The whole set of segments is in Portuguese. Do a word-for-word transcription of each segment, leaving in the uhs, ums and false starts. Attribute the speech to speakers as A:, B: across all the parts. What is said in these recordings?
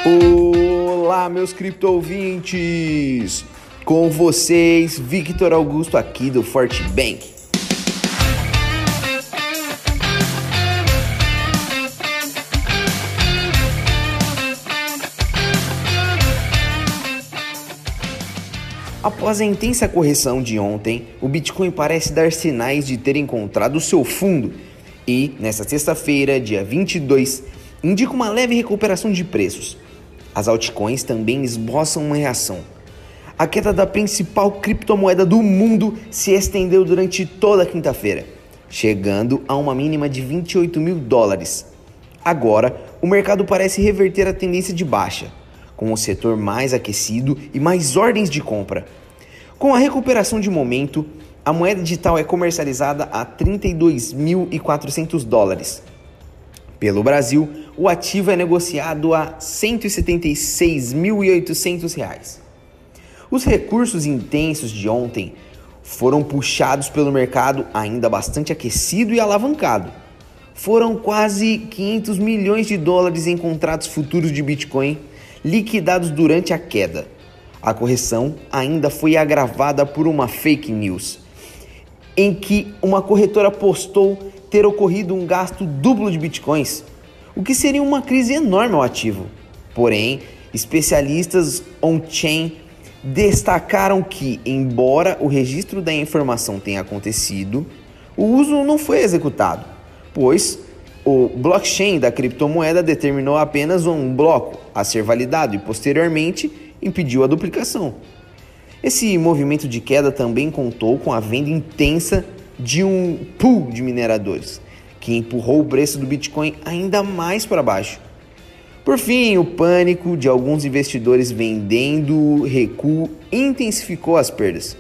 A: Olá, meus cripto ouvintes! Com vocês, Victor Augusto aqui do Forte Bank. Após a intensa correção de ontem, o Bitcoin parece dar sinais de ter encontrado seu fundo e, nesta sexta-feira, dia vinte e dois, indica uma leve recuperação de preços. As altcoins também esboçam uma reação. A queda da principal criptomoeda do mundo se estendeu durante toda a quinta-feira, chegando a uma mínima de vinte e oito mil dólares. Agora, o mercado parece reverter a tendência de baixa, com o setor mais aquecido e mais ordens de compra. Com a recuperação de momento, a moeda digital é comercializada a trinta e dois mil e quatrocentos dólares. Pelo Brasil, o ativo é negociado a cento e setenta e seis mil e oitocentos reais. Os recursos intensos de ontem foram puxados pelo mercado ainda bastante aquecido e alavancado. Foram quase quinhentos milhões de dólares em contratos futuros de Bitcoin liquidados durante a queda. A correção ainda foi agravada por uma fake news, em que uma corretora postou ter ocorrido um gasto duplo de bitcoins, o que seria uma crise enorme ao ativo. Porém, especialistas on-chain destacaram que, embora o registro da informação tenha acontecido, o uso não foi executado, pois o blockchain da criptomoeda determinou apenas um bloco a ser validado e, posteriormente, impediu a duplicação. Esse movimento de queda também contou com a venda intensa de um pool de mineradores, que empurrou o preço do Bitcoin ainda mais para baixo. Por fim, o pânico de alguns investidores vendendo recuo intensificou as perdas.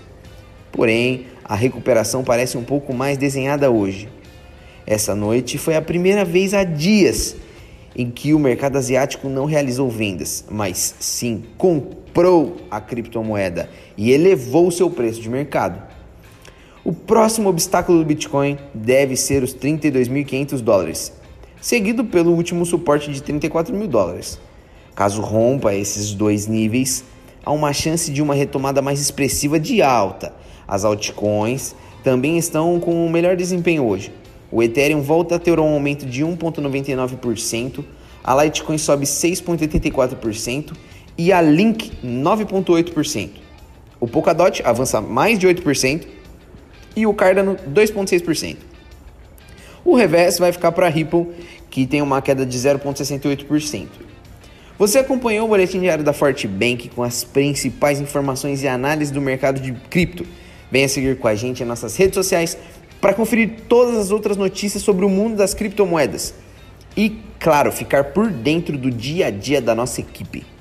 A: Porém, a recuperação parece um pouco mais desenhada hoje. Essa noite foi a primeira vez há dias em que o mercado asiático não realizou vendas, mas sim comprou a criptomoeda e elevou seu preço de mercado. O próximo obstáculo do Bitcoin deve ser os trinta e dois mil e quinhentos dólares, seguido pelo último suporte de trinta e quatro mil dólares. Caso rompa esses dois níveis, há uma chance de uma retomada mais expressiva de alta. As altcoins também estão com o melhor desempenho hoje. O Ethereum volta a ter um aumento de um vírgula noventa e nove por cento, a Litecoin sobe seis vírgula oitenta e quatro por cento e a Link nove vírgula oito por cento. O Polkadot avança mais de oito por cento e o Cardano dois vírgula seis por cento. O revés vai ficar para a Ripple, que tem uma queda de zero vírgula sessenta e oito por cento. Você acompanhou o Boletim Diário da Forte Bank com as principais informações e análises do mercado de cripto. Venha seguir com a gente em nossas redes sociais para conferir todas as outras notícias sobre o mundo das criptomoedas e, claro, ficar por dentro do dia a dia da nossa equipe.